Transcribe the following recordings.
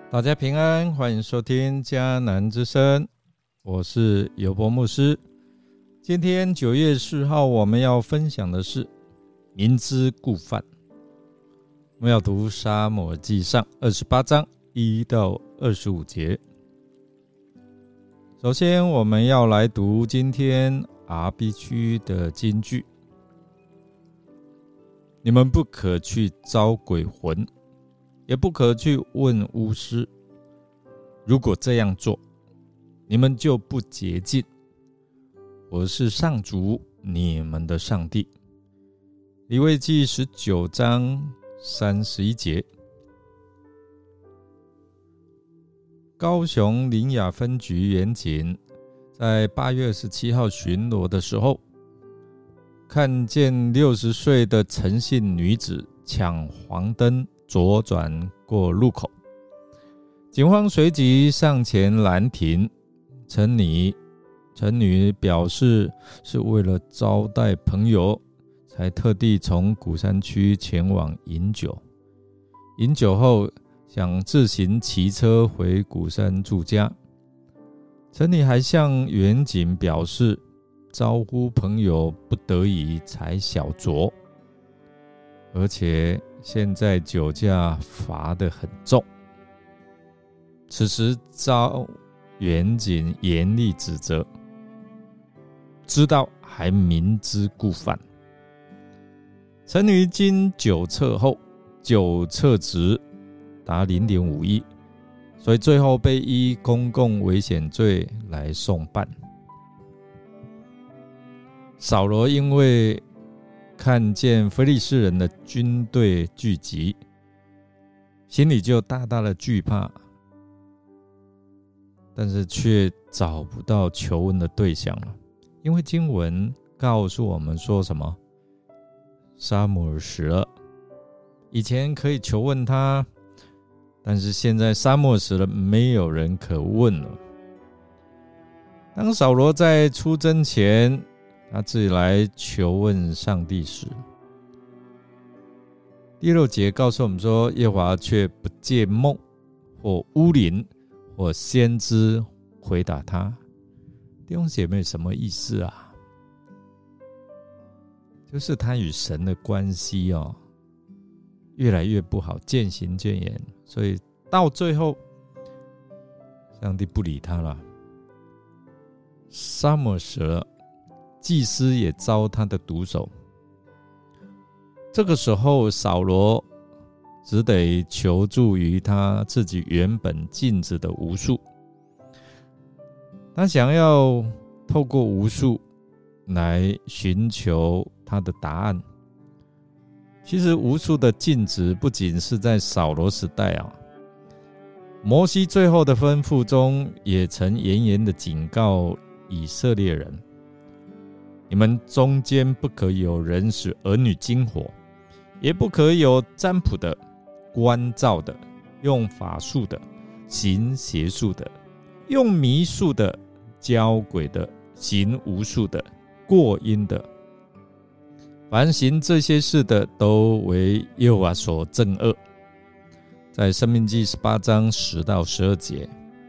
大家平安，欢迎收听迦南之声，我是尤伯牧师。今天9月4号，我们要分享的是明知故犯。我们要读撒母耳记上28章1到25节。首先，我们要来读今天 RB 区的金句：你们不可去招鬼魂，也不可去问巫师，如果这样做，你们就不洁净。我是上主，你们的上帝。利未记19章31节。高雄林雅分局员警在8月27号巡逻的时候，看见60岁的陈姓女子抢黄灯左转过路口，警方随即上前拦停。陈女表示是为了招待朋友，才特地从鼓山区前往饮酒。饮酒后想自行骑车回鼓山住家。陈女还向员警表示，招呼朋友不得已才小酌，而且现在酒驾罚得很重。此时遭员警严厉指责，知道还明知故犯。陈女经酒测后，酒测值达 0.51， 所以最后被依公共危险罪来送办。扫罗因为看见非利士人的军队聚集，心里就大大的惧怕，但是却找不到求问的对象了。因为经文告诉我们说什么？撒母耳死了，以前可以求问他，但是现在撒母耳死了，没有人可问了。当扫罗在出征前，他自己来求问上帝时，第6节告诉我们说，耶和华却不借梦或巫灵或先知回答他。弟兄姐妹，什么意思啊？就是他与神的关系越来越不好，渐行渐远，所以到最后上帝不理他了。撒母耳死了，祭司也遭他的毒手。这个时候扫罗只得求助于他自己原本禁止的巫术，他想要透过巫术来寻求他的答案。其实巫术的禁止不仅是在扫罗时代摩西最后的吩咐中也曾严严的警告以色列人，你们中间不可有人使儿女经火，也不可有占卜的、观照的、用法术的、行邪术的、用迷术的、教鬼的、行巫术的、过阴的，凡行这些事的，都为耶和华所憎恶。在申命记18章10到12节。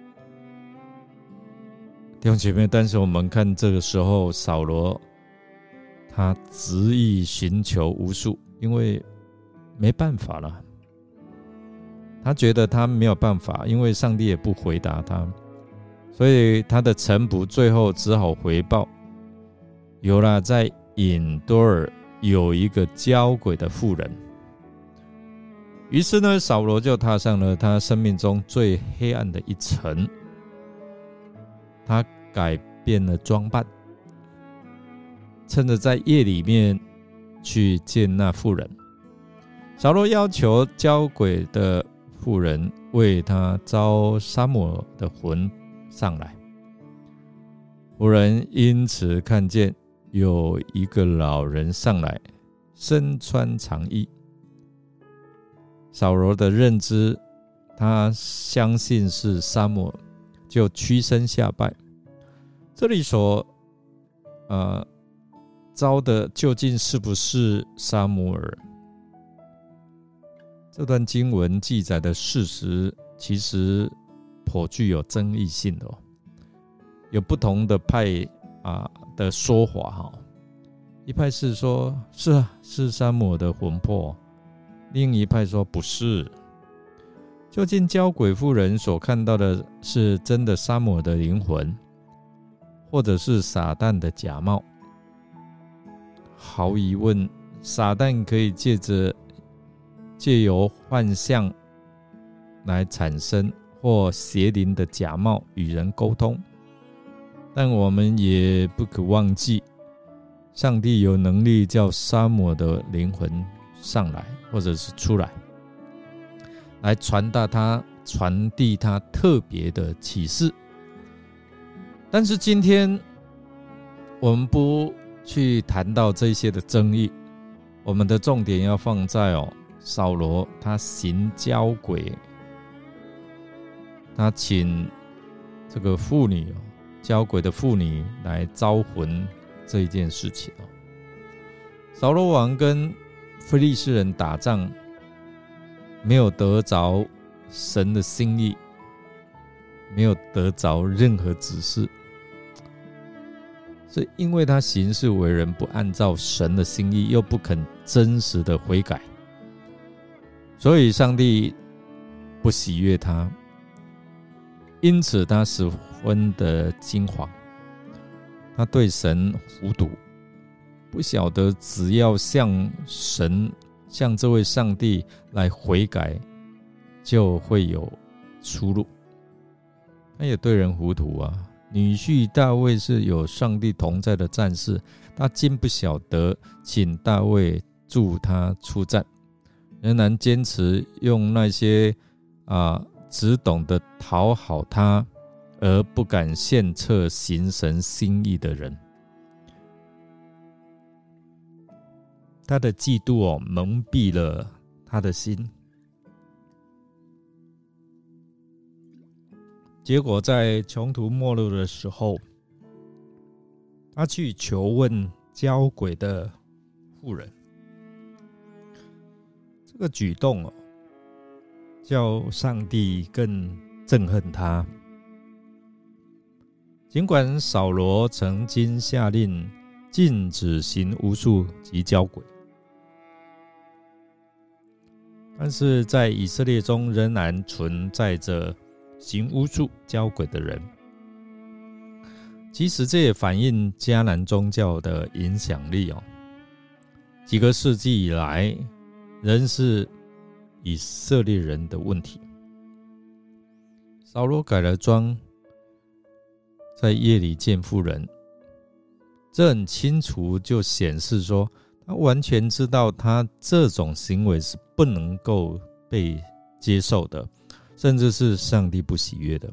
弟兄姐妹，但是我们看这个时候扫罗他执意寻求巫术，因为没办法了，他觉得他没有办法，因为上帝也不回答他，所以他的臣仆最后只好回报，有了在隐多尔有一个交鬼的妇人。于是呢，扫罗就踏上了他生命中最黑暗的一程。他改变了装扮，趁着在夜里面去见那妇人。扫罗要求交鬼的妇人为他招撒母耳的魂上来。妇人因此看见有一个老人上来，身穿长衣。扫罗的认知，他相信是撒母耳，就屈身下拜。这里所招的究竟是不是撒母耳？这段经文记载的事实其实颇具有争议性的有不同的派的说法一派是说是撒母耳的魂魄，另一派说不是。究竟交鬼妇人所看到的是真的撒母耳的灵魂，或者是撒旦的假冒？毫无疑问，撒旦可以借由幻象来产生或邪灵的假冒与人沟通，但我们也不可忘记，上帝有能力叫撒母耳的灵魂上来或者是出来，来传递他特别的启示。但是今天我们不去谈到这些的争议，我们的重点要放在扫罗他行交鬼，他请这个妇女交鬼的妇女来招魂这一件事情扫罗王跟非利士人打仗，没有得着神的心意，没有得着任何指示，是因为他行事为人不按照神的心意，又不肯真实的悔改，所以上帝不喜悦他，因此他十分的惊惶，他对神糊涂，不晓得只要向这位上帝来悔改，就会有出路。他也对人糊涂女婿大卫是有上帝同在的战士，他竟不晓得请大卫助他出战，仍然坚持用那些只懂得讨好他而不敢献策行神心意的人。他的嫉妒蒙蔽了他的心，结果在穷途末路的时候，他去求问交鬼的妇人。这个举动叫上帝更憎恨他。尽管扫罗曾经下令禁止行巫术及交鬼，但是在以色列中仍然存在着行巫术交鬼的人。其实这也反映迦南宗教的影响力几个世纪以来仍是以色列人的问题。扫罗改了装，在夜里见妇人，这很清楚就显示说，他完全知道他这种行为是不能够被接受的，甚至是上帝不喜悦的。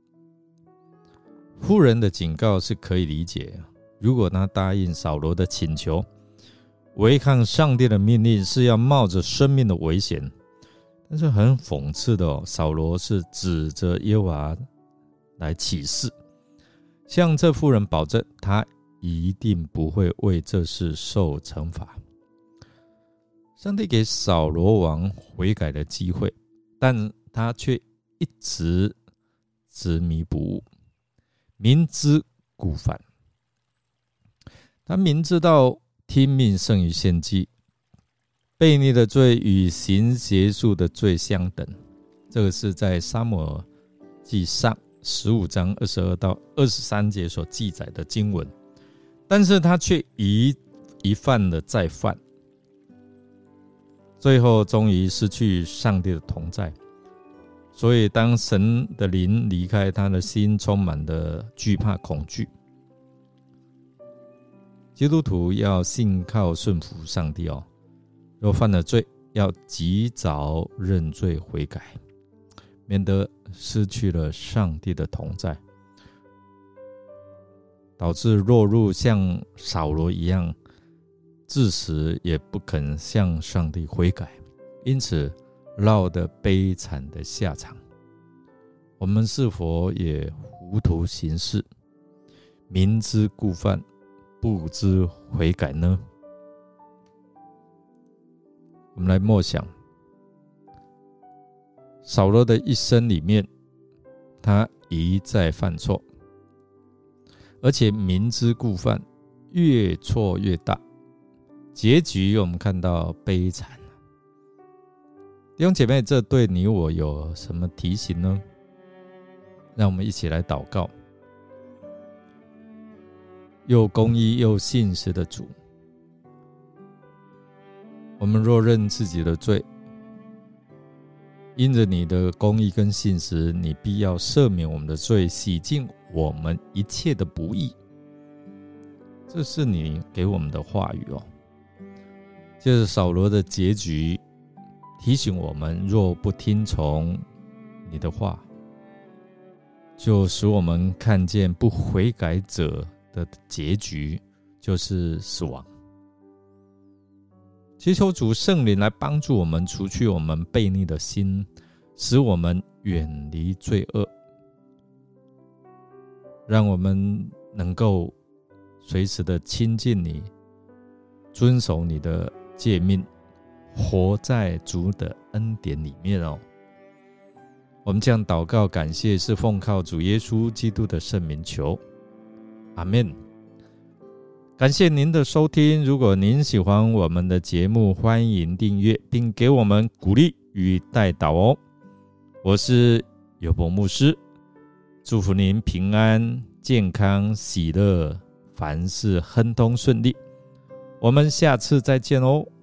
妇人的警告是可以理解，如果他答应扫罗的请求，违抗上帝的命令是要冒着生命的危险。但是很讽刺的扫罗是指着耶和华来起誓，向这妇人保证他一定不会为这事受惩罚。上帝给扫罗王悔改的机会，但他却一直执迷不悟，明知故犯。他明知道听命胜于献祭，悖逆的罪与行邪术的罪相等，这个是在撒母耳记上15章22到23节所记载的经文。但是他却一犯了再犯，最后终于失去上帝的同在。所以当神的灵离开他的心，充满了惧怕恐惧。基督徒要信靠顺服上帝若犯了罪，要及早认罪悔改，免得失去了上帝的同在，导致落入像扫罗一样，至死也不肯向上帝悔改，因此落得悲惨的下场。我们是否也糊涂行事，明知故犯，不知悔改呢？我们来默想， 扫罗的一生里面，他一再犯错，而且明知故犯，越错越大，结局我们看到悲惨。弟兄姐妹，这对你我有什么提醒呢？让我们一起来祷告。又公义又信实的主，我们若认自己的罪，因着你的公义跟信实，你必要赦免我们的罪，洗净我们一切的不义。这是你给我们的话语哦。接着扫罗的结局提醒我们，若不听从你的话，就使我们看见不悔改者的结局就是死亡。祈求主圣灵来帮助我们，除去我们悖逆的心，使我们远离罪恶，让我们能够随时的亲近你，遵守你的诫命，活在主的恩典里面哦。我们这样祷告感谢，是奉靠主耶稣基督的圣名求，阿们。感谢您的收听，如果您喜欢我们的节目，欢迎订阅并给我们鼓励与代祷哦。我是友伯牧师，祝福您平安健康喜乐，凡事亨通顺利。我们下次再见哦。